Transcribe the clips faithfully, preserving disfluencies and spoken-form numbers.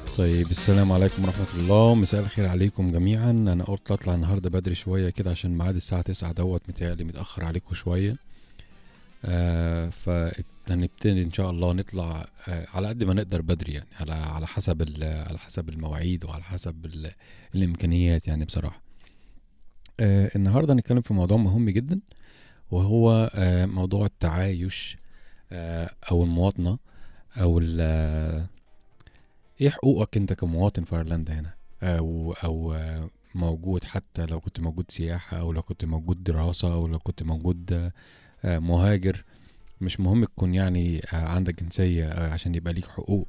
طيب، السلام عليكم ورحمة الله. مساء الخير عليكم جميعا. أنا قلت أطلع النهاردة بدري شوية كده عشان ميعاد الساعة تسعة دوت متهيألي متأخر عليكم شوية. آه فهنبتدي إن شاء الله نطلع آه على قد ما نقدر بدري، يعني على على حسب ال- على حسب المواعيد وعلى حسب ال- الإمكانيات يعني بصراحة. آه النهاردة هنتكلم في موضوع مهم جدا، وهو آه موضوع التعايش آه أو المواطنة أو ال- ايه حقوقك انت كمواطن في ايرلندا هنا، او او آه، موجود، حتى لو كنت موجود سياحة او لو كنت موجود دراسة او لو كنت موجود آه، آه، مهاجر. مش مهم تكون يعني آه، عندك جنسية آه، عشان يبقى ليك حقوق.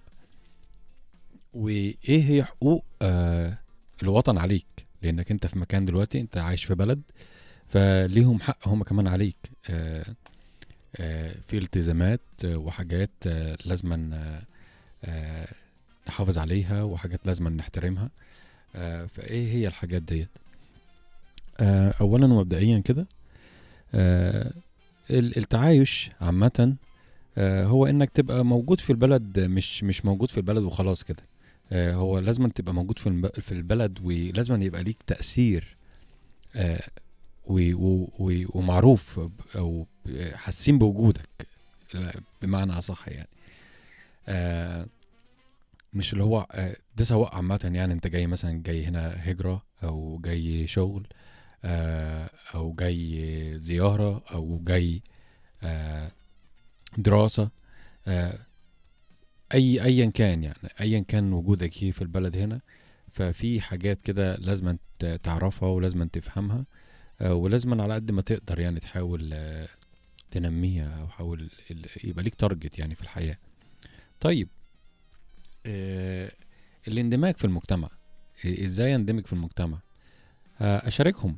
وايه هي حقوق آه، الوطن عليك؟ لانك انت في مكان دلوقتي، انت عايش في بلد، فليهم حق هم كمان عليك. آه، آه، في التزامات آه، وحاجات آه، لازما آه، آه، نحافظ عليها، وحاجات لازما نحترمها. آه، فايه هي الحاجات ديت؟ آه، اولا ومبدئيا كده، آه، ال- التعايش عامة آه، هو انك تبقى موجود في البلد، مش مش موجود في البلد وخلاص كده. آه، هو لازم تبقى موجود في الب- في البلد، ولازم يبقى ليك تأثير آه، و- و- و- ومعروف ب- او ب- حاسين بوجودك، آه، بمعنى اصح يعني. آه، مش اللي هو آه، ده سواء عامة، يعني انت جاي مثلا جاي هنا هجرة او جاي شغل، آه، او جاي زيارة او جاي آه، دراسة، آه، اي ايا كان، يعني ايا كان وجودك ايه في البلد هنا. ففي حاجات كده لازم ت- تعرفها ولازم تفهمها، آه، ولازم على قد ما تقدر يعني تحاول آه، تنميها، او حاول ال- يبقى ليك تارجت يعني في الحياة. طيب، آه، الاندماج في المجتمع، إيه- ازاي اندمج في المجتمع؟ آه، اشاركهم،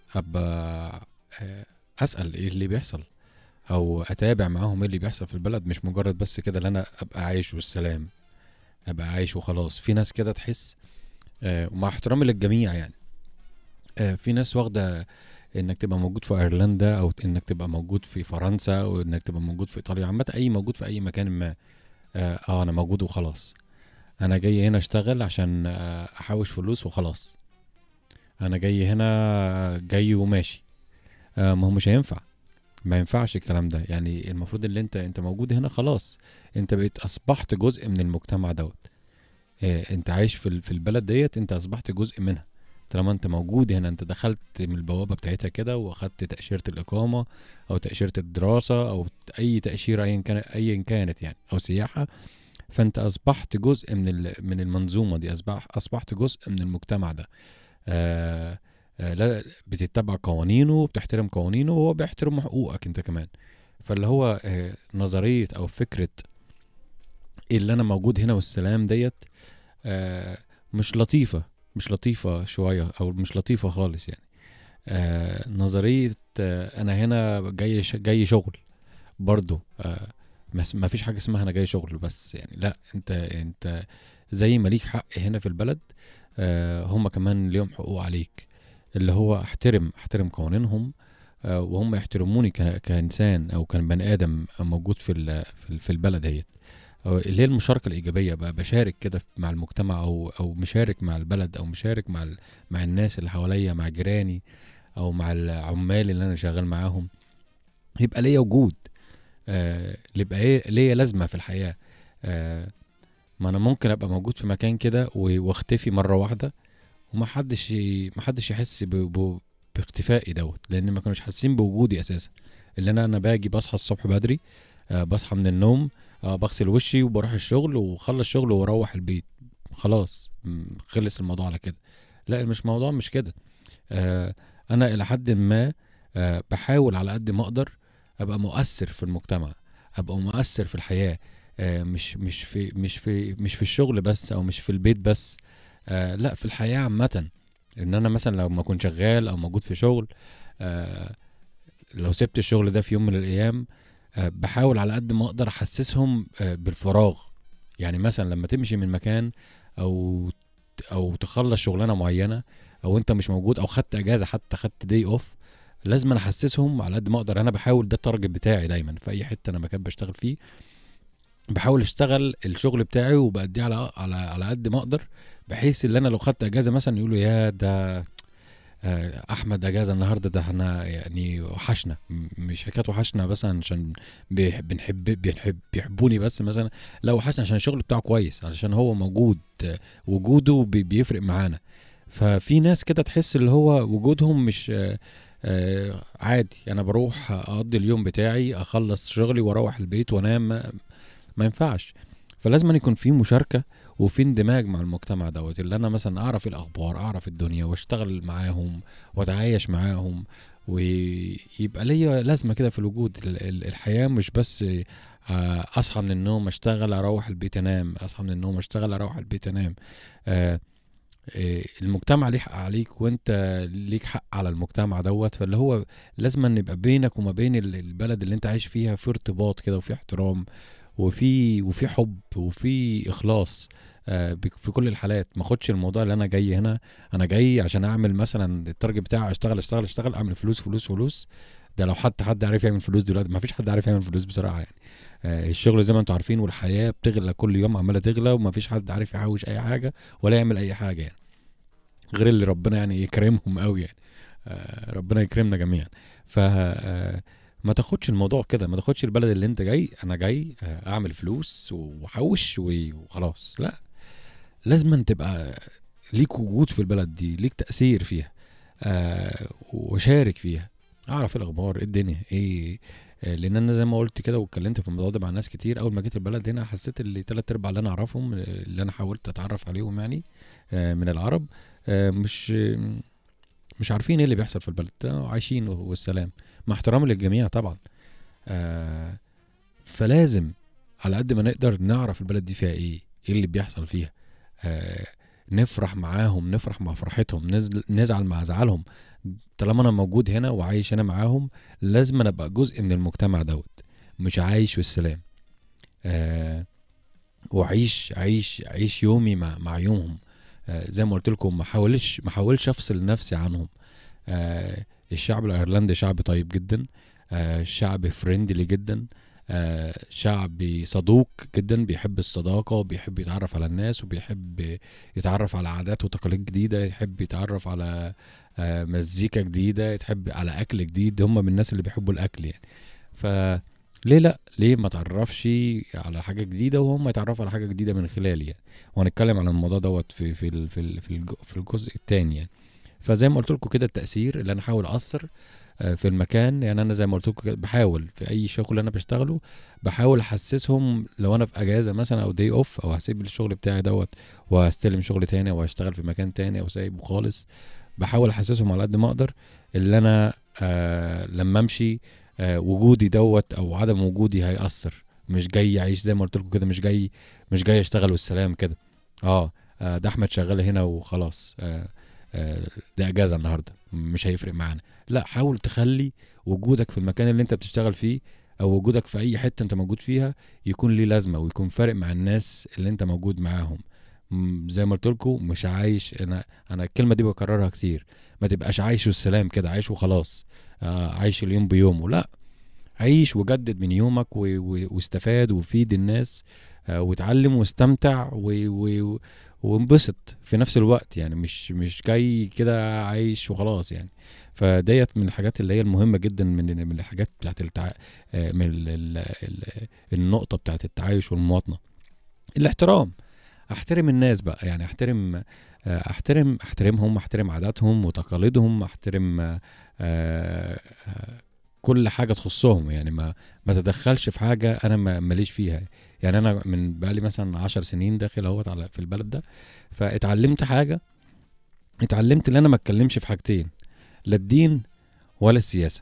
ابقى آه، اسال ايه اللي بيحصل، او اتابع معاهم ايه اللي بيحصل في البلد. مش مجرد بس كده اللي انا ابقى عايش والسلام، ابقى عايش وخلاص. في ناس كده تحس، آه، ومع احترامي للجميع يعني، آه، في ناس واخده انك تبقى موجود في ايرلندا، او انك تبقى موجود في فرنسا، او انك تبقى موجود في ايطاليا، عامه اي موجود في اي مكان ما. اه آه، انا موجود وخلاص. انا جاي هنا اشتغل عشان آه، احوش فلوس وخلاص. انا جاي هنا جاي وماشي. آه، ما هو مش هينفع. ما ينفعش الكلام ده. يعني المفروض اللي انت انت موجود هنا خلاص، انت بقيت اصبحت جزء من المجتمع دوت. اه انت عايش في ال- في البلد ديت، انت اصبحت جزء منها. طالما انت موجود هنا، انت دخلت من البوابة بتاعتها كده واخدت تأشيرة الإقامة أو تأشيرة الدراسة أو أي تأشيرة أيا كان أيا كانت يعني، أو سياحة. فأنت أصبحت جزء من ال- من المنظومة دي، أصبح أصبحت جزء من المجتمع ده. آه آه لا، بتتبع قوانينه وبتحترم قوانينه وهو بيحترم حقوقك انت كمان. فاللي هو آه نظرية او فكرة اللي انا موجود هنا والسلام ديت، آه مش لطيفة. مش لطيفة شوية، او مش لطيفة خالص يعني. آه نظرية آه انا هنا جاي ش- جاي شغل برضو. آه مس- ما فيش حاجة اسمها انا جاي شغل بس يعني. لا، انت انت زي ما ليك حق هنا في البلد، آه هم كمان ليهم حقوق عليك. اللي هو احترم احترم قوانينهم، آه وهم يحترموني ك- كإنسان او كبني آدم موجود في ال- في ال- في البلد ديت. أو اللي هي المشاركة الإيجابية بقى، بشارك كده مع المجتمع، أو أو مشارك مع البلد، أو مشارك مع ال- مع الناس اللي حواليا، مع جيراني، أو مع العمال اللي أنا شغال معاهم. يبقى ليا وجود، آه يبقى ايه ليا لازمة في الحياة. آه ما انا ممكن ابقى موجود في مكان كده و- واختفي مره واحده، ومحدش ي- محدش يحس ب... ب... باختفائي دوت، لان ما كانوش حاسين بوجودي اساسا. اللي انا انا باجي بصحى الصبح بدري، آه بصحى من النوم، آه بغسل وشي وبروح الشغل وخلص شغل واروح البيت. خلاص، م، خلص الموضوع على كده. لا، مش موضوع مش كده. آه انا الى حد ما آه بحاول على قد ما اقدر ابقى مؤثر في المجتمع، ابقى مؤثر في الحياة. آه مش مش في مش في مش في الشغل بس، او مش في البيت بس. آه لا، في الحياة عامة. ان انا مثلا لو ما كنت شغال او موجود في شغل، آه لو سبت الشغل ده في يوم من الايام، آه بحاول على قد ما اقدر احسسهم آه بالفراغ. يعني مثلا لما تمشي من مكان، او او تخلص شغلانه معينه، او انت مش موجود، او خدت اجازه، حتى خدت دي اوف، لازم أنا احسسهم على قد ما اقدر. انا بحاول، ده التارجت بتاعي دايما في اي حته انا مكان بشتغل فيه، بحاول اشتغل الشغل بتاعي وبأديه على على على قد ما اقدر، بحيث ان انا لو خدت اجازه مثلا يقولوا يا ده آه، احمد اجازه النهارده، ده احنا يعني وحشنا. م- مش حكايه وحشنا بس عشان بيح- بنحب بنحب بيحبوني بس مثلا، لا وحشنا عشان الشغل بتاعه كويس، علشان هو موجود. آه، وجوده بي- بيفرق معانا. ففي ناس كده تحس اللي هو وجودهم مش آه، آه، عادي، انا بروح اقضي اليوم بتاعي، اخلص شغلي واروح البيت وانام. ما, ما ينفعش. فلازم أن يكون في مشاركه وفي اندماج مع المجتمع دوت، اللي انا مثلا اعرف الاخبار، اعرف الدنيا واشتغل معاهم واتعايش معاهم، ويبقى ليا لازمه كده في الوجود. ال- ال- الحياه مش بس آه، اصحى من النوم اشتغل اروح البيت انام، اصحى من النوم اشتغل اروح البيت انام. آه، آه، المجتمع ليه حق عليك وانت ليك حق على المجتمع دوت. فاللي هو لازم ان يبقى بينك وما بين ال- البلد اللي انت عايش فيها في ارتباط كده، وفي احترام، وفي وفي حب وفي اخلاص. آه، بك- في كل الحالات ما اخدش الموضوع اللي انا جاي هنا، انا جاي عشان اعمل مثلا التارجت بتاعي، اشتغل اشتغل اشتغل اعمل فلوس فلوس فلوس. ده لو حتى حد عارف يعمل فلوس دلوقتي، ما فيش حد عارف يعمل فلوس بصراحه يعني. آه، الشغل زي ما انتم عارفين، والحياه بتغلى كل يوم، عماله تغلى، وما فيش حد عارف يحوش اي حاجه ولا يعمل اي حاجه يعني، غير اللي ربنا يعني يكرمهم قوي يعني. آه، ربنا يكرمنا جميعا. ف آه، ما تاخدش الموضوع كده، ما تاخدش البلد اللي انت جاي انا جاي آه، اعمل فلوس واحوش و- وخلاص. لا، لازم أن تبقى ليك وجود في البلد دي، ليك تأثير فيها. آه وشارك فيها، اعرف إيه الاخبار، ايه الدنيا ايه. آه، لان انا زي ما قلت كده واتكلمت في الموضوع ده مع ناس كتير، اول ما جيت البلد هنا حسيت اللي تلات ارباع اللي انا اعرفهم، آه، اللي انا حاولت اتعرف عليهم يعني آه، من العرب، آه، مش مش عارفين ايه اللي بيحصل في البلد، آه، عايشين والسلام، مع احترامي للجميع طبعا. آه، فلازم على قد ما نقدر نعرف البلد دي فيها ايه، ايه اللي بيحصل فيها. آه، نفرح معاهم، نفرح مع فرحتهم، نزل نزعل مع زعلهم. طالما انا موجود هنا وعايش هنا معاهم، لازم أنا ابقى جزء من المجتمع دوت، مش عايش في السلام. آه، وعيش عيش عيش يومي مع مع يومهم. آه، زي ما قلت لكم، ما حاولش ما حاولش افصل نفسي عنهم. آه، الشعب الايرلندي شعب طيب جدا، آه، شعب فريندلي جدا، آه، شعب صدوق جدا، بيحب الصداقة وبيحب يتعرف على الناس، وبيحب يتعرف على عادات وتقاليد جديدة، يحب يتعرف على آه، مزيكا جديدة، يحب على أكل جديد. هم من الناس اللي بيحبوا الأكل يعني. ف ليه لا، ليه ما تعرفش على حاجة جديدة وهم يتعرفوا على حاجة جديدة من خلالي يعني. وهنتكلم عن الموضوع دوت في في ال- في ال- في الج- في الجزء الثاني يعني. فزي ما قلت لكم كده، التأثير اللي انا احاول اثر آه، في المكان يعني. انا زي ما قلت لكم كده، بحاول في اي شغل انا بشتغله، بحاول احسسهم لو انا في اجازه مثلا او دي اوف، او هسيب الشغل بتاعي دوت وهستلم شغل تاني او هشتغل في مكان تاني او سايبه خالص، بحاول احسسهم على قد ما اقدر اللي انا آه لما امشي آه وجودي دوت او عدم وجودي هيأثر. مش جاي اعيش زي ما قلت لكم كده، مش جاي مش جاي اشتغل والسلام كده. اه آه، ده احمد شغال هنا وخلاص. آه آه، ده اجازه النهارده مش هيفرق معانا. لا، حاول تخلي وجودك في المكان اللي انت بتشتغل فيه، او وجودك في اي حته انت موجود فيها، يكون ليه لازمه ويكون فارق مع الناس اللي انت موجود معاهم. م، زي ما قلت لكم، مش عايش انا انا الكلمه دي بكررها كتير. ما تبقاش عايش والسلام كده، عايش وخلاص. آه عايش اليوم بيومه، لا، عيش وجدد من يومك و... و... واستفاد وفيد الناس. آه، واتعلم واستمتع و... و... وانبسط في نفس الوقت يعني. مش مش جاي كده عايش وخلاص يعني. فديت من الحاجات اللي هي المهمة جدا، من من الحاجات بتاعت التع... آه، من ال... ال... ال... النقطة بتاعت التعايش والمواطنة. الاحترام، احترم الناس بقى يعني. احترم آه، احترم احترمهم، احترم عاداتهم وتقاليدهم، احترم آه، آه، كل حاجه تخصهم يعني. ما ما تدخلش في حاجه انا ما- ماليش فيها يعني. انا من بقالي مثلا عشر سنين داخل اهوت على في البلد ده، فاتعلمت حاجه. اتعلمت ان انا ما اتكلمش في حاجتين، لا الدين ولا السياسه.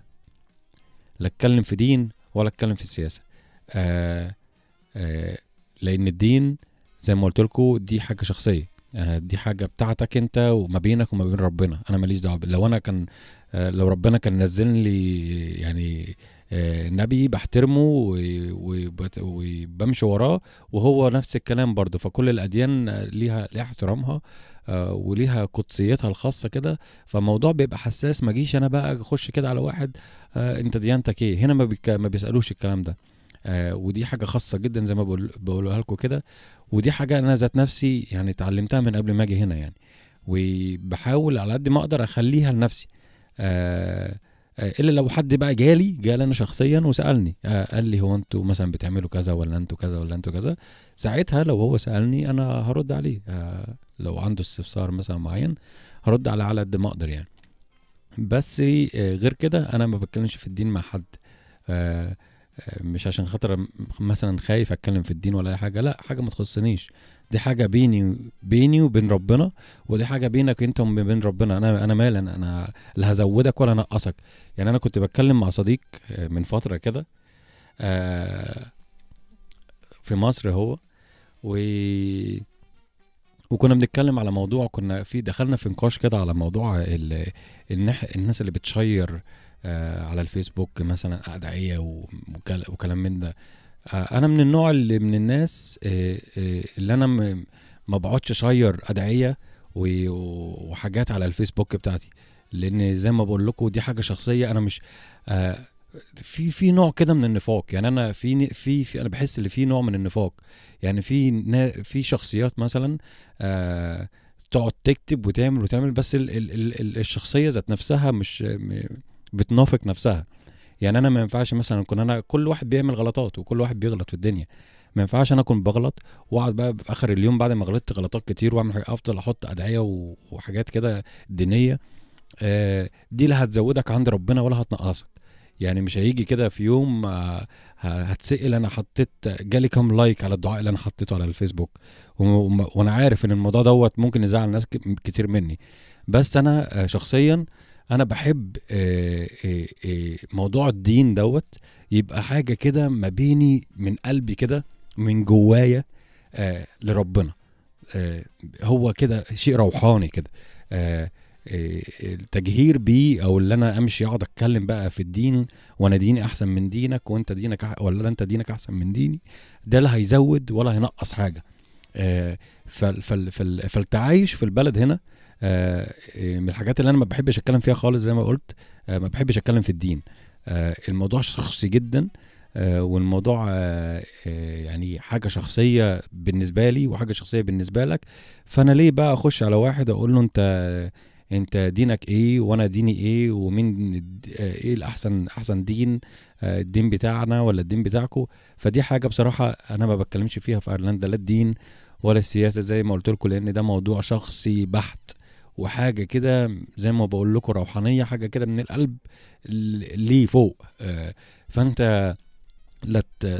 لا اتكلم في دين ولا اتكلم في السياسه. آه آه لان الدين زي ما قلت لكم دي حاجه شخصيه. آه دي حاجه بتاعتك انت وما بينك وما بين ربنا، انا ماليش دعوه. لو انا كان آه لو ربنا كان نزل لي يعني آه نبي بحترمه و- وبت- وبمشي وراه، وهو نفس الكلام برضه. فكل الاديان آه، ليها ليها احترامها آه وليها قدسيتها الخاصه كده. فالموضوع بيبقى حساس. ما جيش انا بقى اخش كده على واحد آه انت ديانتك ايه هنا، ما, بيك ما بيسالوش الكلام ده. آه ودي حاجه خاصه جدا زي ما بقول بقولها لكم كده، ودي حاجه انا ذات نفسي يعني اتعلمتها من قبل ما اجي هنا يعني، وبحاول على قد ما اقدر اخليها لنفسي. آه آه، الا لو حد بقى جالي جالي انا شخصيا وسالني، آه قال لي هو انتوا مثلا بتعملوا كذا ولا انتوا كذا ولا انتوا كذا، ساعتها لو هو سالني انا هرد عليه. آه لو عنده استفسار مثلا معين هرد على على قد ما اقدر يعني. بس آه، غير كده انا ما بتكلمش في الدين مع حد. آه، آه، مش عشان خاطر م- مثلا خايف اتكلم في الدين ولا اي حاجه، لا، حاجه ما تخصنيش. دي حاجه بيني بيني وبين ربنا، ودي حاجه بينك انت وبين ربنا. انا انا مال انا انا لا هزودك ولا انقصك. يعني انا كنت بتكلم مع صديق آه، من فتره كده، آه، في مصر هو، و وكنا بنتكلم على موضوع، كنا في دخلنا في نقاش كده على موضوع ال- النح- الناس اللي بتشير آه، على الفيسبوك مثلا أدعية وكل- وكلام من ده. آه، انا من النوع اللي من الناس آه، آه، اللي انا م- ما بقعدش اشير ادعية و- وحاجات على الفيسبوك بتاعتي، لان زي ما بقول لكم دي حاجة شخصية. انا مش آه، في في نوع كده من النفاق. يعني انا في في, في انا بحس ان في نوع من النفاق. يعني في نا- في شخصيات مثلا آه تقعد تكتب وتعمل وتعمل، بس ال ال ال ال- الشخصيه ذات نفسها مش م- بتنافق نفسها. يعني انا ما ينفعش مثلا اكون انا، كل واحد بيعمل غلطات وكل واحد بيغلط في الدنيا. ما ينفعش انا اكون بغلط واقعد بقى في اخر اليوم بعد ما غلطت غلطات كتير واعمل حاجة افضل احط ادعيه و- وحاجات كده دينيه. آه، دي لا هتزودك عند ربنا ولا هتنقصك. يعني مش هيجي كده في يوم آه، ه- هتسأل انا حطيت جالي كام لايك على الدعاء اللي انا حطيته على الفيسبوك. وم- وانا عارف ان الموضوع دوت ممكن يزعل ناس ك- كتير مني. بس انا آه، شخصيا انا بحب آه، آه، آه، موضوع الدين دوت يبقى حاجة كده ما بيني من قلبي كده، من جوايا آه، لربنا. آه، هو كده شيء روحاني كده. آه، آه، التجهير بيه، او اللي انا امشي اقعد اتكلم بقى في الدين، وانا ديني احسن من دينك، وانت دينك أح- ولا انت دينك احسن من ديني، ده لا هيزود ولا هينقص حاجه. آه، فال فال فال فالتعايش في البلد هنا آه، آه، من الحاجات اللي انا ما بحبش اتكلم فيها خالص زي ما قلت. آه، ما بحبش اتكلم في الدين. آه، الموضوع شخصي جدا. آه، والموضوع آه، آه، يعني حاجة شخصية بالنسبة لي وحاجة شخصية بالنسبة لك. فأنا ليه بقى أخش على واحد أقول له أنت أنت دينك إيه وأنا ديني إيه، ومين الد- آه، إيه الأحسن، أحسن دين، آه، الدين بتاعنا ولا الدين بتاعكو. فدي حاجة بصراحة أنا ما بتكلمش فيها في أيرلندا، لا الدين ولا السياسة زي ما قلت لكم، لأن ده موضوع شخصي بحت، وحاجة كده زي ما بقول لكم روحانية، حاجة كده من القلب ل- ليه فوق. آه، فأنت لا ت...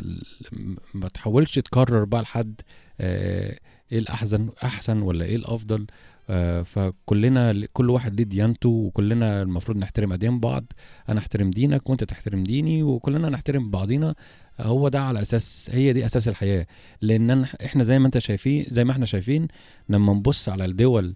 ما تحاولش تكرر بقى لحد آه، ايه الاحسن احسن ولا ايه الافضل. آه، فكلنا كل واحد ليه ديانته، وكلنا المفروض نحترم اديان بعض. انا احترم دينك وانت تحترم ديني، وكلنا نحترم بعضينا. آه، هو ده على اساس، هي دي اساس الحياة. لان أنا- احنا زي ما انت شايفين، زي ما احنا شايفين لما نبص على الدول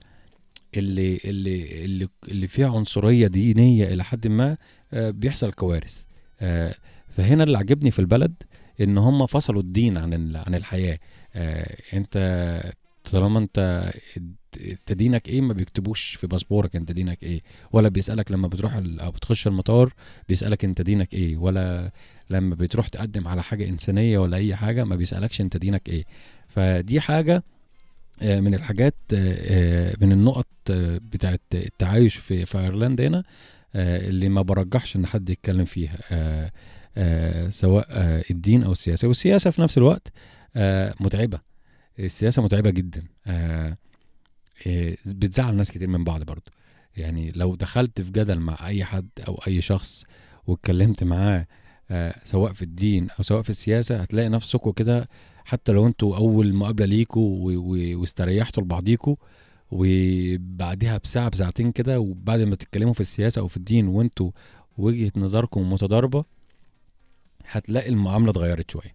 اللي اللي اللي, اللي فيها عنصرية دينية الى حد ما، آه، بيحصل كوارث. آه، فهنا اللي عجبني في البلد ان هم فصلوا الدين عن ال- عن الحياة. آه، انت طالما انت انت دينك ايه ما بيكتبوش في باسبورك انت دينك ايه، ولا بيسألك لما بتروح ال- او بتخش المطار بيسألك انت دينك ايه، ولا لما بتروح تقدم على حاجة انسانية ولا اي حاجة ما بيسألكش انت دينك ايه. فدي حاجة آه، من الحاجات، آه، آه، من النقط آه، بتاعت التعايش في في ايرلندا هنا، آه، اللي ما برجحش ان حد يتكلم فيها، آه، آه، سواء آه، الدين او السياسه. والسياسه في نفس الوقت آه، متعبه. السياسه متعبه جدا. آه، آه، بتزعل ناس كتير من بعض برضو. يعني لو دخلت في جدل مع اي حد او اي شخص واتكلمت معاه آه، سواء في الدين او سواء في السياسه، هتلاقي نفسكوا كده حتى لو انتوا اول مقابله ليكوا و- و- واستريحتوا لبعضيكوا، وبعدها بساعه بساعتين كده وبعد ما تتكلموا في السياسه او في الدين وانتوا وجهه نظركم متضاربه، هتلاقي المعامله اتغيرت شويه.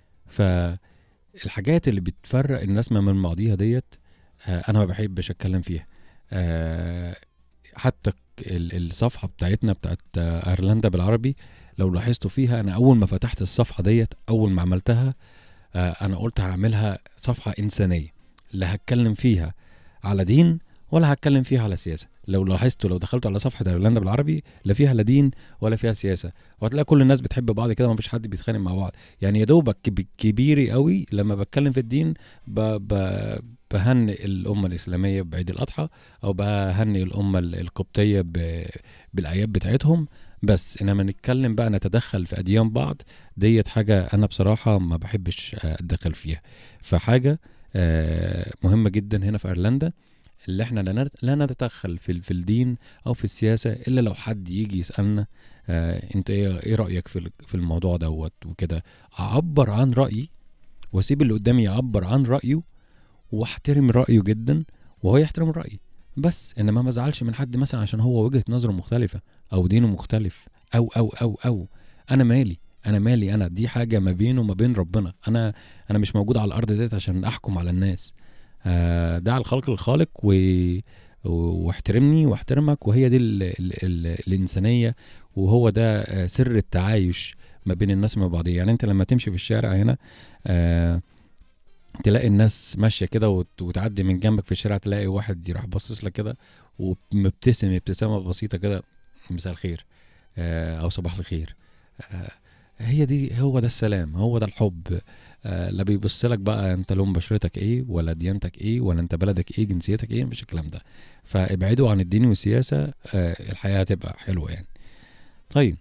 فالحاجات اللي بتفرق الناس ما من بعضيها ديت آه، انا ما بحبش اتكلم فيها. آه، حتى ال- الصفحه بتاعتنا بتاعت آه، ايرلندا بالعربي، لو لاحظتوا فيها انا اول ما فتحت الصفحه ديت، اول ما عملتها آه، انا قلت هعملها صفحه انسانيه، لا هتكلم فيها على دين ولا هتكلم فيها على سياسه. لو لاحظتوا لو دخلتوا على صفحه ايرلندا بالعربي لا فيها لا دين ولا فيها سياسه، وهتلاقي كل الناس بتحب بعض كده، ومفيش حد بيتخانق مع بعض. يعني يا دوبك كب- كبيري قوي لما بتكلم في الدين ب... ب... بهنئ الامه الاسلاميه بعيد الاضحى، او بهنئ الامه ال- القبطيه ب... بالاعياد بتاعتهم. بس انما نتكلم بقى نتدخل في اديان بعض، ديت حاجه انا بصراحه ما بحبش آه، اتدخل فيها. فحاجه آه، مهمه جدا هنا في ايرلندا، اللي احنا لا نت- لا نتدخل في ال- في الدين او في السياسه الا لو حد يجي يسالنا آه انت ايه ايه رايك في ال- في الموضوع دوت وكده. اعبر عن رايي واسيب اللي قدامي يعبر عن رايه، واحترم رايه جدا وهو يحترم رايي. بس انما ما ازعلش من حد مثلا عشان هو وجهه نظره مختلفه او دينه مختلف او او او او انا مالي. انا مالي انا دي حاجه ما بينه وما بين ربنا. انا انا مش موجود على الارض ديت عشان احكم على الناس. آه، دع الخلق للخالق و... واحترمني واحترمك، وهي دي ال... ال... ال... الإنسانية. وهو ده آه، سر التعايش ما بين الناس مع بعضها. يعني انت لما تمشي في الشارع هنا آه، تلاقي الناس ماشية كده وت... وتعدي من جنبك في الشارع، تلاقي واحد يروح باصص لك كده ومبتسم ابتسامة بسيطة كده، مساء الخير آه، او صباح الخير. آه، هي دي هو ده السلام، هو ده الحب. آه لا بيبص لك بقى انت لون بشرتك ايه ولا ديانتك ايه ولا انت بلدك ايه جنسيتك ايه، مفيش الكلام ده. فابعدوا عن الدين والسياسة، آه الحياة هتبقى حلوة يعني. طيب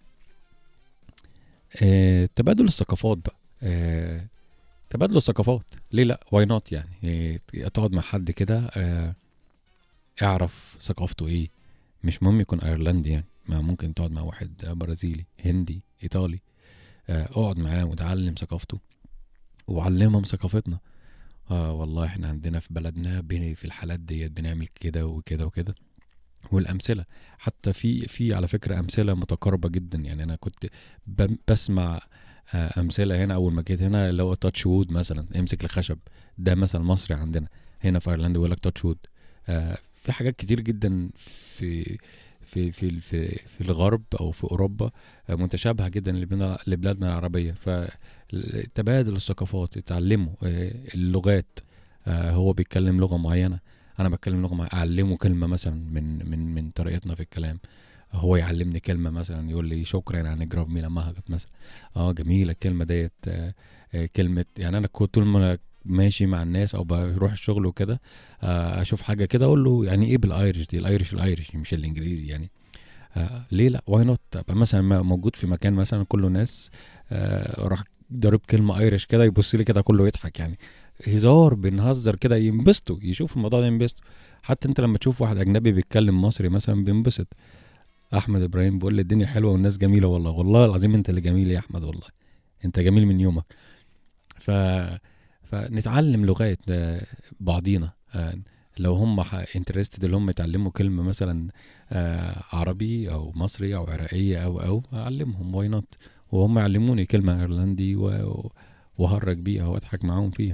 آه تبادل الثقافات بقى. آه تبادل الثقافات ليه لا، واي نوت يعني. آه تقعد مع حد كده آه اعرف ثقافته ايه. مش مهم يكون ايرلندي يعني، ما ممكن تقعد مع واحد برازيلي هندي ايطالي، آه اقعد معاه وتعلم ثقافته وعلمهم ثقافتنا. اه والله احنا عندنا في بلدنا بن في الحالات ديت بنعمل كده وكده وكده. والامثله حتى في في على فكره امثله متقاربه جدا. يعني انا كنت ب- بسمع آه، امثله هنا اول ما جيت هنا، اللي هو تاتش وود مثلا، امسك الخشب. ده مثل مصري عندنا هنا في ايرلندا بيقول لك تاتش وود. آه، في حاجات كتير جدا في في في في في الغرب او في اوروبا آه، متشابهه جدا لبلادنا لبلادنا العربيه. فتبادل الثقافات، يتعلموا آه، اللغات. آه، هو بيتكلم لغه معينه، انا بتكلم لغه معينه، اعلمه كلمه مثلا من من من طريقتنا في الكلام. هو يعلمني كلمه مثلا يقول لي شكرا عن جراف ميلا مهجت مثلا. اه جميله الكلمه ديت. آه، آه، كلمه يعني انا كنت طول ما أنا ماشي مع الناس او بروح الشغل وكده آه، اشوف حاجه كده اقول له يعني ايه بالايرش دي، الايرش الايرش مش الانجليزي يعني. آه ليه لا، واي نوت. ابقى مثلا م- موجود في مكان مثلا كله ناس آه راح ضارب كلمه ايرش كده، يبص لي كده كله يضحك يعني. هزار بنهزر كده، ينبسطوا يشوفوا الموضوع ده ينبسطوا. حتى انت لما تشوف واحد اجنبي بيتكلم مصري مثلا بينبسط. احمد ابراهيم بيقول لي الدنيا حلوه والناس جميله، والله والله العظيم انت اللي جميل يا احمد، والله انت جميل من يومك. ف فنتعلم لغات آه، بعضينا. آه، لو هم انترستد اللي هم يتعلموا كلمة مثلا آه، عربي او مصري او عراقية او او اعلمهم، واي نوت. وهم يعلموني كلمة ايرلندي و- وهرج بيها واضحك معاهم فيها.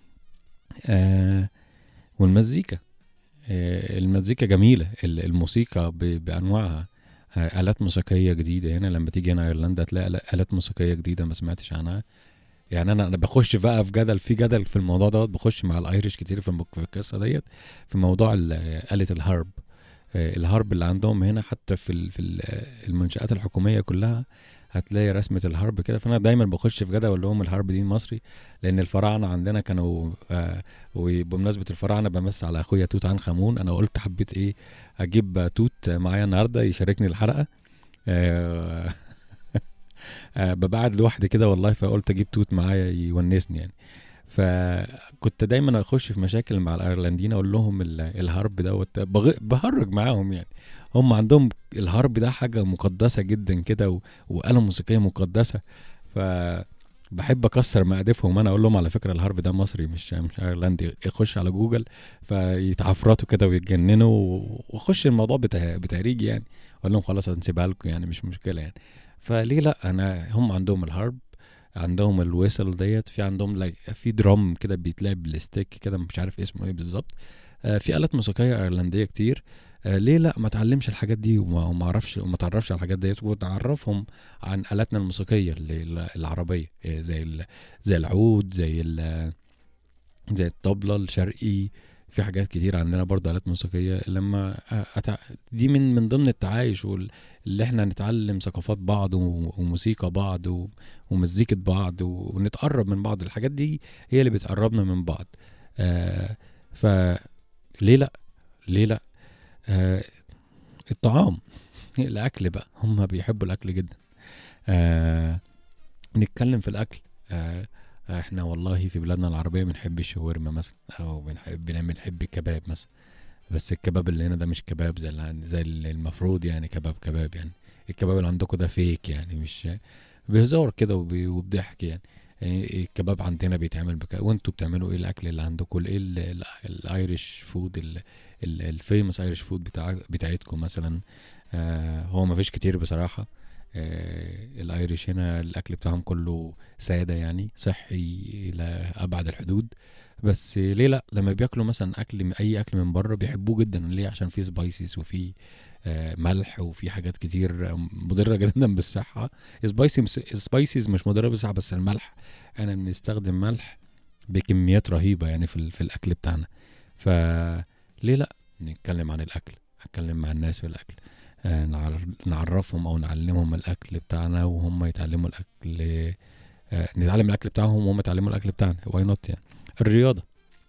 آه، والمزيكا آه، المزيكا جميلة، ال- الموسيقى ب- بأنواعها. آه، آلات موسيقية جديدة هنا لما تيجي هنا ايرلندا تلاقي آلات موسيقية جديدة ما سمعتش عنها. يعني انا انا بخش بقى في جدل في جدل في الموضوع دوت، بخش مع الايرش كتير في المك- في القصه ديت، في موضوع ال- آلة الهارب. آه، الهارب اللي عندهم هنا حتى في ال- في ال- آه، المنشآت الحكوميه كلها هتلاقي رسمه الهارب كده. فانا دايما بخش في جدل اقول لهم الهارب دي مصري، لان الفراعنه عندنا كانوا آه، وبمناسبه الفراعنه بمس على اخويا توت عنخ امون. انا قلت حبيت ايه اجيب توت معايا النهارده يشاركني الحلقه. آه، آه، ببقى قاعد لوحدي كده والله، فقلت اجيب توت معايا يونسني يعني. فكنت دايما اخش في مشاكل مع الايرلنديين اقول لهم ال- الهرب دوت بغ- بهرج معاهم يعني. هم عندهم الهرب ده حاجه مقدسه جدا كده و- وآلة موسيقيه مقدسه. ف بحب اكسر مقادفهم. انا اقول لهم على فكره الهرب ده مصري مش مش ايرلندي. يخش على جوجل فيتعفرطوا كده ويتجننوا و- واخش الموضوع بته- بتهريج يعني. اقول لهم خلاص هنسيبها لكم يعني مش مشكله يعني. فليه لا، انا هم عندهم الهارب، عندهم الويسل ديت، في عندهم لايك في درام كده بيتلعب بالستيك كده مش عارف اسمه ايه بالظبط. آه في آلات موسيقية ايرلندية كتير. آه ليه لا ما اتعلمش الحاجات دي وما وما اعرفش وما تعرفش على الحاجات ديت وتعرفهم عن آلاتنا الموسيقية اللي- العربية. آه زي ال- زي العود، زي ال- زي الطبلة الشرقي، في حاجات كتير عندنا برضه آلات موسيقية لما أتع... دي من من ضمن التعايش وال- اللي احنا نتعلم ثقافات بعض و- وموسيقى بعض و- ومزيكة بعض و- ونتقرب من بعض. الحاجات دي هي اللي بتقربنا من بعض. آه فليه لا، ليه لا. آه الطعام الاكل بقى، هم بيحبوا الاكل جدا. آه نتكلم في الاكل. آه احنا والله في بلادنا العربية بنحب الشاورما مثلا، او بنحب بنعمل بنحب الكباب مثلا. بس الكباب اللي هنا ده مش كباب زي اللي زي اللي المفروض يعني كباب كباب يعني. الكباب اللي عندكم ده فيك يعني، مش بهزار كده وب- وبضحك يعني. يعني الكباب عندنا بيتعمل بك، وانتوا بتعملوا ايه الاكل اللي عندكم؟ ايه ال- ال- الايريش فود، الفيموس ايريش فود بتاع بتاعتكم مثلا؟ آه هو ما فيش كتير بصراحة. آه الايريش هنا الاكل بتاعهم كله سادة يعني، صحي الى ابعد الحدود. بس ليه لا، لما بياكلوا مثلا اكل، اي اكل من بره بيحبوه جدا. ليه؟ عشان فيه سبايسيز وفيه آه، ملح وفي حاجات كتير آه، مضرة جدا بالصحة. سبايسي سبايسيز مش مضرة بالصحة، بس الملح انا بنستخدم ملح بكميات رهيبة يعني في, ال- في الاكل بتاعنا. فليه لا نتكلم عن الاكل، اتكلم مع الناس في الاكل. آه، نعر- نعرفهم او نعلمهم الاكل بتاعنا وهم يتعلموا الاكل. آه، نتعلم الاكل بتاعهم وهم يتعلموا الاكل بتاعنا. واي نوت يعني. الرياضة،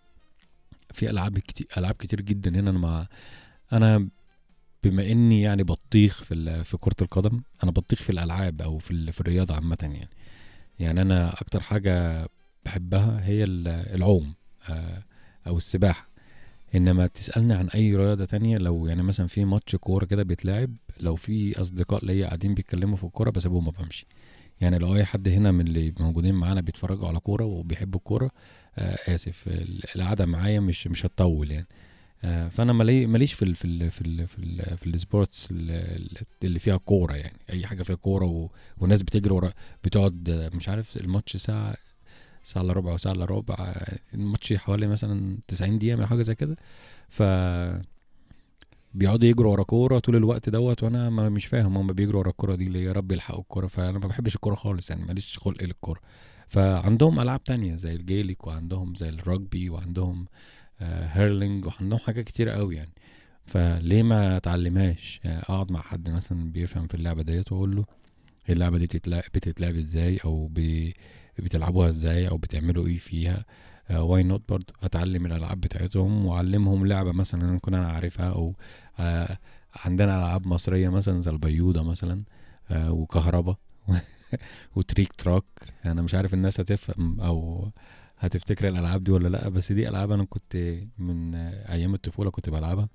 في العاب كتير، العاب كتير جدا هنا. انا مع انا بما اني يعني بطيخ في ال- في كرة القدم، انا بطيخ في الالعاب او في ال- في الرياضة عامة يعني. يعني انا اكتر حاجة بحبها هي ال- العوم، آه، او السباحة. انما تسألني عن اي رياضة تانية، لو يعني مثلا في ماتش كورة كده بيتلعب، لو في اصدقاء ليا قاعدين بيتكلموا في الكورة بسيبهم وبمشي. يعني لو اي حد هنا من اللي موجودين معانا بيتفرجوا على كورة وبيحبوا الكورة، آه اسف، القعدة معايا مش مش هتطول يعني. آه، فانا مالي ماليش في ال في ال في ال في ال في السبورتس ال- اللي فيها كوره يعني. اي حاجه فيها كوره و... والناس بتجري ورا، بتقعد آه، مش عارف الماتش ساعه، ساعه الا ربع او ساعه الا ربع. آه، الماتش حوالي مثلا تسعين دقيقه او حاجه زي كده. ف بيقعدوا يجروا ورا كوره طول الوقت دوت، وانا ما مش فاهم هم بيجروا ورا الكوره دي ليه. يا رب يلحقوا الكوره. فانا ما بحبش الكوره خالص يعني، ماليش خلق للكوره. فعندهم العاب تانية زي الجيليك، وعندهم زي الرugby، وعندهم آه، هيرلينج، وعندهم حاجات كتيرة قوي يعني. فليه ما اتعلمهاش؟ يعني اقعد مع حد مثلا بيفهم في اللعبه ديت واقول له هي اللعبه دي بتتلعب بتتلعب ازاي، او بي بتلعبوها ازاي، او بتعملوا ايه فيها. واي نوت برضو اتعلم الالعاب بتاعتهم واعلمهم لعبه مثلا انا اكون انا عارفها. او آه عندنا العاب مصريه مثلا زي البيوضه مثلا، آه وكهربا وتريك تراك. انا مش عارف الناس هتفهم او هتفتكر الالعاب دي ولا لا، بس دي العاب انا كنت من آه، ايام الطفوله كنت بلعبها،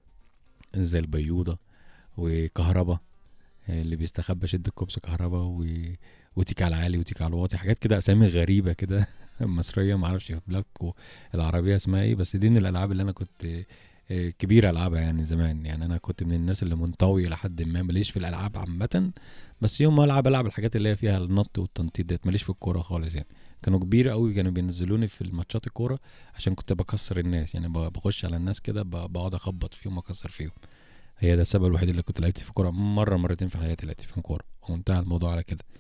زي البيوضه وكهربا. اللي بيستخبى شد الكوبس كهربا و... وتيك على العالي وتيك على الواطي، حاجات كده اسامي غريبه كده مصريه، ما اعرفش في بلادكم العربيه اسمها ايه. بس دي من الالعاب اللي انا كنت آه، كبير العبها يعني زمان. يعني انا كنت من الناس اللي منطوي لحد ما، ماليش في الالعاب عامه. بس يوم ما العب العب الحاجات اللي هي فيها النط والتنطيط ديت. ماليش في الكوره خالص يعني. كانوا كبير قوي كانوا بينزلوني في الماتشات الكوره عشان كنت بكسر الناس يعني. ب- بخش على الناس كده، ب- بقعد اخبط فيهم واكسر فيهم. هي ده السبب الوحيد اللي كنت لعبت في كوره مره مرتين في حياتي، لعبت فيهم كوره وانتهى الموضوع على كده.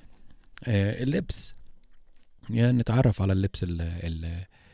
آه اللبس، يعني نتعرف على اللبس ال ال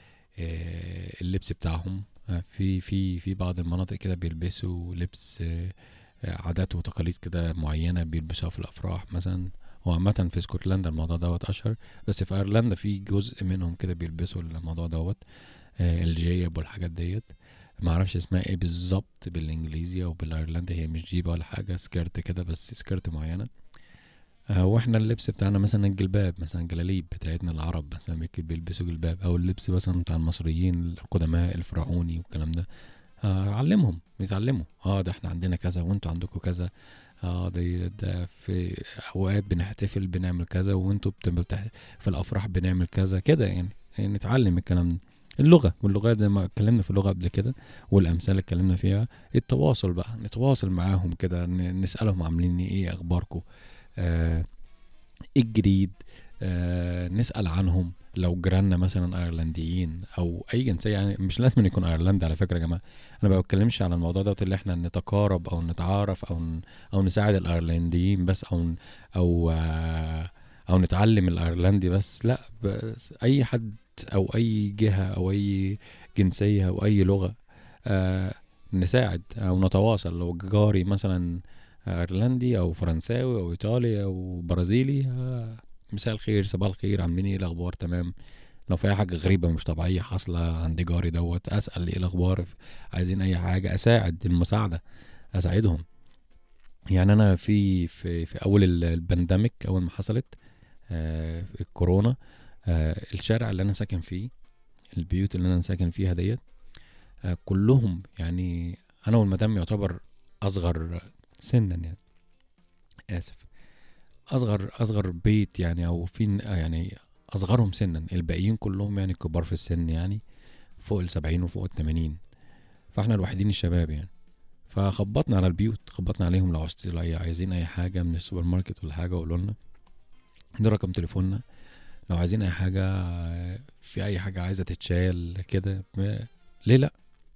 آه اللبس بتاعهم. آه في في في بعض المناطق كده بيلبسوا لبس آه آه، عادات وتقاليد كده معينه بيلبسوها في الافراح مثلا. هو عامة في اسكتلندا الموضوع دوت اشهر، بس في ايرلندا في جزء منهم كده بيلبسوا الموضوع دوت، آه، الجيب والحاجات ديت. ما اعرفش اسمها ايه بالظبط بالانجليزي او بالايرلندي. هي مش جيبه ولا حاجه، سكيرت كده، بس سكيرت معينه. آه، واحنا اللبس بتاعنا مثلا الجلباب، مثلا الجلاليب بتاعتنا العرب مثلا بيك- بيلبسوا جلباب، او اللبس مثلا بتاع المصريين القدماء الفرعوني والكلام ده. آه، علمهم يتعلموا. اه ده احنا عندنا كذا وانتوا عندكم كذا. اه ده, ده في اوقات بنحتفل بنعمل كذا، وانتوا بت- بتح... في الافراح بنعمل كذا كده يعني. يعني نتعلم الكلام ده. اللغة واللغات زي ما اتكلمنا في اللغة قبل كده، والأمثال اللي اتكلمنا فيها. التواصل بقى، نتواصل معاهم كده، ن- نسألهم عاملين ايه، أخباركم، آه ايه الجديد. آه نسأل عنهم لو جيراننا مثلا ايرلنديين او اي جنسيه يعني. مش لازم يكون ايرلندي على فكره يا جماعه. انا ما بتكلمش على الموضوع ده اللي احنا نتقارب او نتعارف او ن... او نساعد الايرلنديين بس، او ن... او آه او نتعلم الايرلندي بس. لا، بس اي حد او اي جهه او اي جنسية او اي لغة آه نساعد او نتواصل. لو جاري مثلا ايرلندي او فرنساوي او ايطالي او برازيلي، آه مساء الخير، صباح الخير، عاملين ايه، الاخبار تمام. لو في اي حاجه غريبه مش طبيعيه حاصله عند جاري دوت، اسال ايه الاخبار، عايزين اي حاجه، اساعد، المساعده، اساعدهم. يعني انا في في في اول ال- البانديميك، اول ما حصلت آه الكورونا، آه الشارع اللي انا ساكن فيه، البيوت اللي انا ساكن فيها ديت، آه كلهم يعني انا والمدام يعتبر اصغر سنا يعني، اسف، اصغر اصغر بيت يعني، او في يعني اصغرهم سنا. الباقيين كلهم يعني كبار في السن، يعني فوق السبعين وفوق التمانين، فاحنا الوحيدين الشباب يعني. فخبطنا على البيوت، خبطنا عليهم، لو عايزين لو عايزين اي حاجه من السوبر ماركت ولا حاجه قولوا لنا، ده رقم تليفوننا. لو عايزين اي حاجه، في اي حاجه عايزه تتشال كده، ب- ليه لا.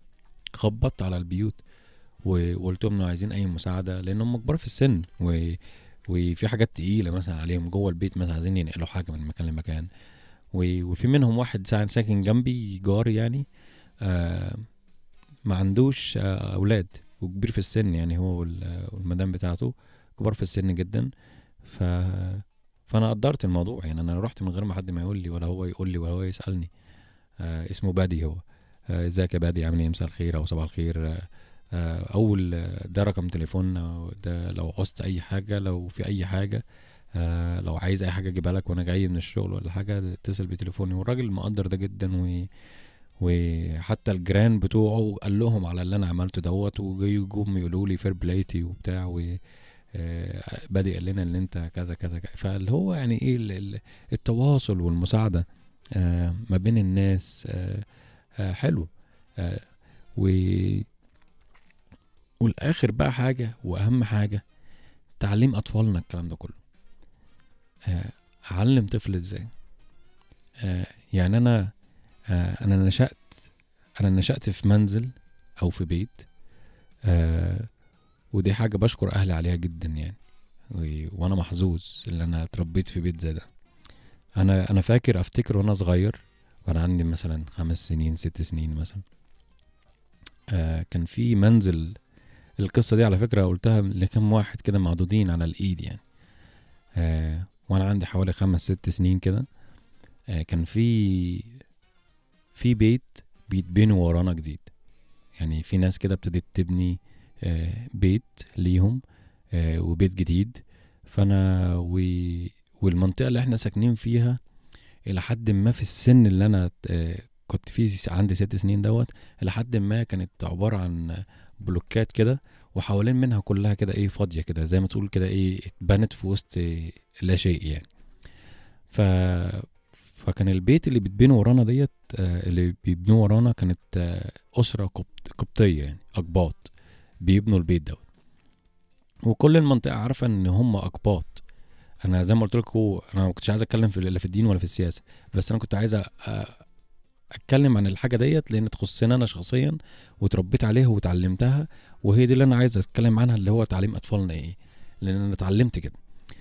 خبطت على البيوت وقلت لهم لو عايزين اي مساعده، لان هم كبار في السن و... وفي حاجات تقيله مثلا عليهم جوه البيت، مثلا عايزين ينقلوا حاجه من مكان لمكان. و... وفي منهم واحد سا- ساكن جنبي جاري يعني، آه ما عندوش آه اولاد، وكبير في السن يعني، هو وال- والمدام بتاعته كبار في السن جدا. ف فانا قدرت الموضوع يعني، انا رحت من غير ما حد ما يقول لي، ولا هو يقول لي، ولا هو يسالني. آه اسمه بادي هو. آه، ازيك يا بادي، عامل ايه، مساء الخير او صباح الخير. آه آه، اول آه، ده رقم تليفوننا ده، لو عوزت اي حاجه، لو في اي حاجه، آه لو عايز اي حاجه اجيبها لك وانا جاي من الشغل ولا حاجه، اتصل بتليفوني. والراجل مقدر ده جدا، و وحتى الجيران بتوعه قال لهم على اللي انا عملته دوت، وجاي جم يقولوا لي فير بلايتي وبتاع، و آه، بادئ قال لنا ان انت كذا كذا كذا. فاللي هو يعني ايه ال- ال- التواصل والمساعده آه، ما بين الناس آه، آه، حلو. آه، و والاخر بقى حاجه واهم حاجه، تعليم اطفالنا الكلام ده كله. آه، اعلم طفل ازاي. آه، يعني انا آه، انا نشأت انا نشأت في منزل او في بيت، آه ودي حاجة بشكر اهلي عليها جدا يعني. و- وانا محظوظ ان انا اتربيت في بيت زي ده. انا انا فاكر افتكر وانا صغير، وانا عندي مثلا خمس سنين ست سنين مثلا، آه كان في منزل. القصة دي على فكرة قلتها لكم واحد كده معدودين على الايد يعني. آه وانا عندي حوالي خمس ست سنين كده، آه كان في في بيت بيتبني ورانا جديد. يعني في ناس كده ابتدت تبني آه بيت ليهم، آه وبيت جديد. فانا و... والمنطقة اللي احنا ساكنين فيها الى حد ما في السن اللي انا آه كنت فيه عندي ست سنين دوت، الى حد ما كانت عبارة عن بلوكات كده، وحوالين منها كلها كده ايه فاضية كده، زي ما تقول كده ايه اتبنت في وسط آه، لا شيء يعني. ف فكان البيت اللي بيتبنوا ورانا ديت، آه، اللي بيبنوا ورانا كانت آه، أسرة قبط قبطية يعني، أقباط بيبنوا البيت دوت. وكل المنطقة عارفة إن هم أقباط. أنا زي ما قلت لكم، أنا ما كنتش عايز أتكلم في لا في الدين ولا في السياسة، بس أنا كنت عايز أ- أ- أتكلم عن الحاجة ديت لأن تخصني أنا شخصيا، وتربيت عليها وتعلمتها. وهي دي اللي أنا عايز أتكلم عنها، اللي هو تعليم أطفالنا إيه، لأن أنا اتعلمت كده.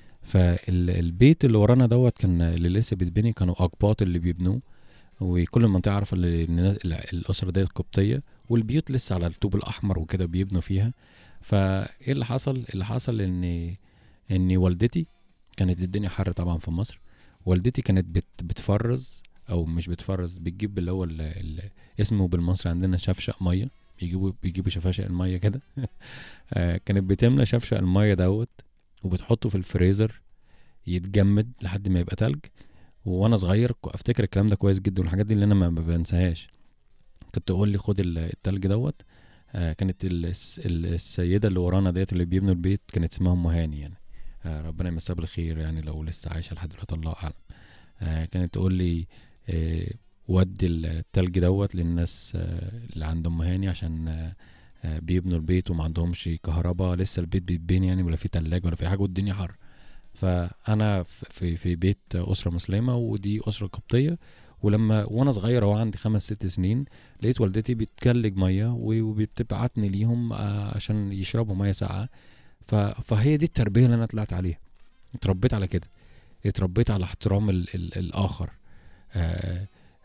فالبيت اللي ورانا دوت كان اللي لسه بيتبني، كانوا أقباط اللي بيبنوه. وكل المنطقة عارفة ان الناس- الأسرة ديت قبطية، والبيوت لسه على الطوب الأحمر وكده بيبنوا فيها. فايه اللي حصل اللي حصل ان ان والدتي، كانت الدنيا حر طبعا في مصر، والدتي كانت بت بتفرز، او مش بتفرز، بتجيب اللي هو ال- ال- اسمه بالمصري عندنا شفشق ميه. بيجيبوا بيجيبوا شفاشق الميه كده. آه، كانت بتملى شفشق الميه دوت، وبتحطه في الفريزر يتجمد لحد ما يبقى تلج. وانا صغير ك- افتكر الكلام ده كويس جدا، والحاجات دي اللي انا ما ما بنساهاش. كنت تقول لي خد ال- التلج دوت. آه كانت ال- الس- ال- السيده اللي ورانا ديت اللي بيبنوا البيت كانت اسمها ام هاني يعني. آه ربنا يمسها بالخير يعني، لو لسه عايشه لحد دلوقتي الله اعلم. آه كانت تقول لي آه ودي التلج دوت للناس آه اللي عند ام هاني، عشان آه آه بيبنوا البيت وما عندهمش كهرباء، لسه البيت بيتبني يعني، ولا في تلاجة ولا في حاجه، والدنيا حر. فانا في في بيت اسره مسلمه، ودي اسره قبطيه. ولما وانا صغير وعندي خمس ست سنين، لقيت والدتي بتكلج ميه وبتبعتني ليهم آه، عشان يشربوا ميه ساقعه. ف- فهي دي التربيه اللي انا طلعت عليها. اتربيت على كده، اتربيت على احترام ال ال الاخر. آه،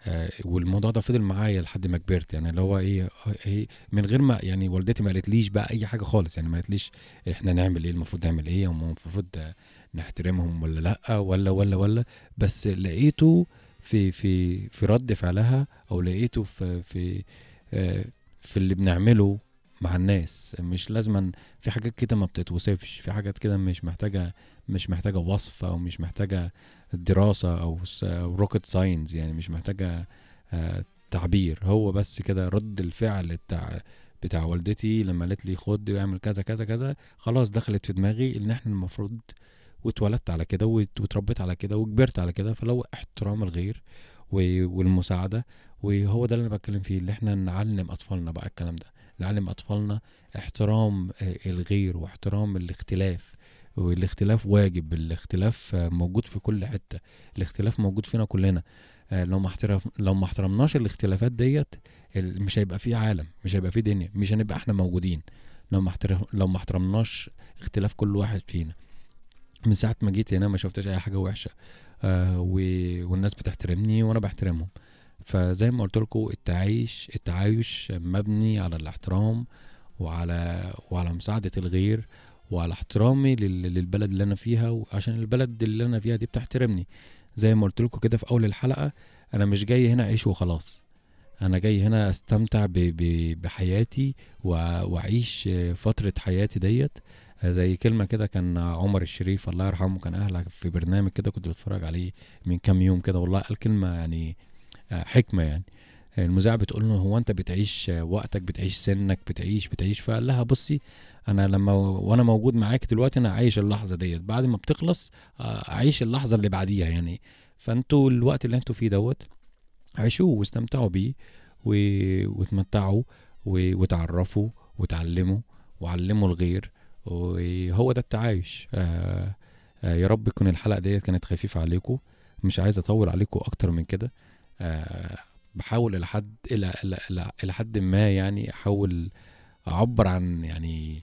آه والموضوع ده فضل معايا لحد ما كبرت، يعني اللي هو ايه، هي من غير ما يعني والدتي ما قالتليش بقى اي حاجه خالص، يعني ما قالتليش احنا نعمل ايه، المفروض نعمل ايه، هم المفروض آه، نحترمهم ولا لا، ولا ولا ولا بس لقيته في في في رد فعلها، او لقيته في في آه في اللي بنعمله مع الناس. مش لازما في حاجات كده ما بتتوصفش، في حاجات كده مش محتاجه مش محتاجه وصف، او مش محتاجه دراسة او روكت ساينز، يعني مش محتاجة آه، تعبير. هو بس كده رد الفعل بتاع بتاع والدتي لما قالت لي خد واعمل كذا كذا كذا، خلاص دخلت في دماغي ان احنا المفروض، واتولدت على كده وات- واتربيت على كده وكبرت على كده، فلو احترام الغير و- والمساعدة. وهو ده اللي انا بتكلم فيه، اللي احنا نعلم اطفالنا بقى الكلام ده، نعلم اطفالنا احترام آه، الغير واحترام الاختلاف. والاختلاف واجب، الاختلاف آه، موجود في كل حتة، الاختلاف موجود فينا كلنا. آه، لو ما احترم لو ما احترمناش الاختلافات ديت، ال- مش هيبقى فيه عالم، مش هيبقى فيه دنيا، مش هنبقى احنا موجودين. لو ما احترم لو ما احترمناش اختلاف كل واحد فينا. من ساعة ما جيت هنا ما شفتش اي حاجة وحشة، آه و... والناس بتحترمني وانا بحترمهم. فزي ما قلت لكم، التعايش التعايش مبني على الاحترام، وعلى وعلى مساعدة الغير، وعلى احترامي لل... للبلد اللي انا فيها، وعشان البلد اللي انا فيها دي بتحترمني. زي ما قلت لكم كده في اول الحلقة، انا مش جاي هنا اعيش وخلاص، انا جاي هنا استمتع ب... ب... بحياتي و... واعيش فترة حياتي ديت. زي كلمة كده كان عمر الشريف الله يرحمه كان أهلها في برنامج كده كنت بتفرج عليه من كام يوم كده، والله قال كلمة يعني آه، حكمة يعني. المذيعة بتقول له هو انت بتعيش وقتك، بتعيش سنك، بتعيش بتعيش فقال لها بصي، انا لما وانا موجود معاك دلوقتي انا عايش اللحظة ديت، بعد ما بتخلص آه، اعيش اللحظة اللي بعديها يعني. فانتوا الوقت اللي انتوا فيه دوت عيشوه واستمتعوا بيه و... وتمتعوا و... وتعرفوا وتعلموا وعلموا الغير، وهو ده التعايش. آه آه يا رب تكون الحلقة ديت كانت خفيفة عليكم، مش عايز اطول عليكم اكتر من كده. آه بحاول الى حد الى الى الى إلى حد ما، يعني احاول اعبر عن يعني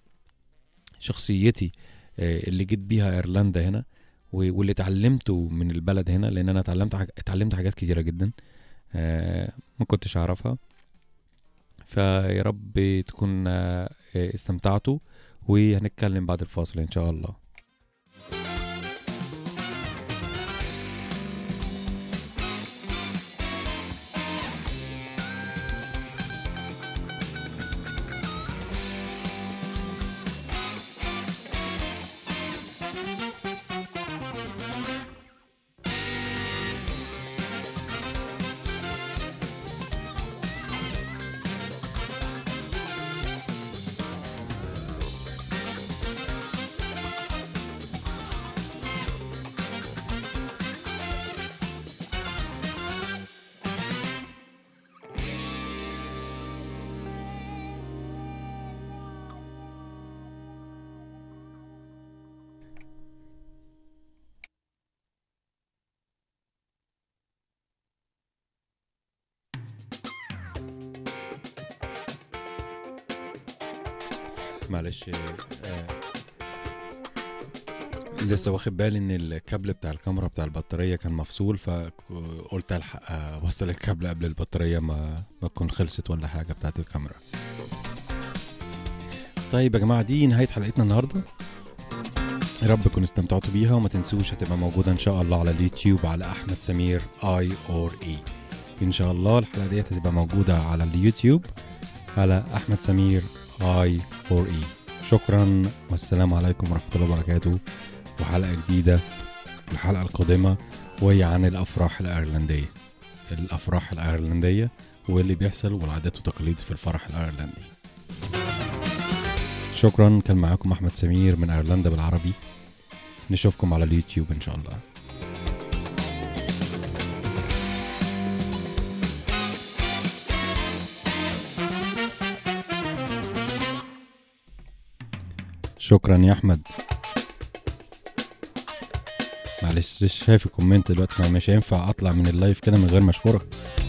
شخصيتي آه اللي جيت بيها ايرلندا هنا، و- واللي اتعلمته من البلد هنا، لان انا اتعلمت حاج... اتعلمت حاجات كتيرة جدا آه ما كنتش اعرفها. فيا رب تكون آه استمتعتوا، وهنتكلم بعد الفاصل ان شاء الله. معلش آه لسه واخد بالي ان الكابل بتاع الكاميرا بتاع البطارية كان مفصول، فقلت الحق اوصل الكابل قبل البطارية ما ما تكون خلصت ولا حاجة بتاعت الكاميرا. طيب يا جماعة، دي نهاية حلقتنا النهاردة، يا رب تكونوا استمتعتوا بيها. وما تنسوش هتبقى موجودة ان شاء الله على اليوتيوب على احمد سمير اي اور اي. ان شاء الله الحلقة ديت هتبقى موجودة على اليوتيوب على احمد سمير اي اور اي. شكرا والسلام عليكم ورحمة الله وبركاته. وحلقة جديدة، الحلقة القادمة وهي عن الافراح الايرلندية، الافراح الايرلندية واللي بيحصل والعادات والتقاليد في الفرح الايرلندي. شكرا، كان معاكم احمد سمير من ايرلندا بالعربي. نشوفكم على اليوتيوب ان شاء الله. شكرا يا احمد. معلش شايف الكومنت دلوقتي، مش هينفع اطلع من اللايف كده من غير ما اشكرك.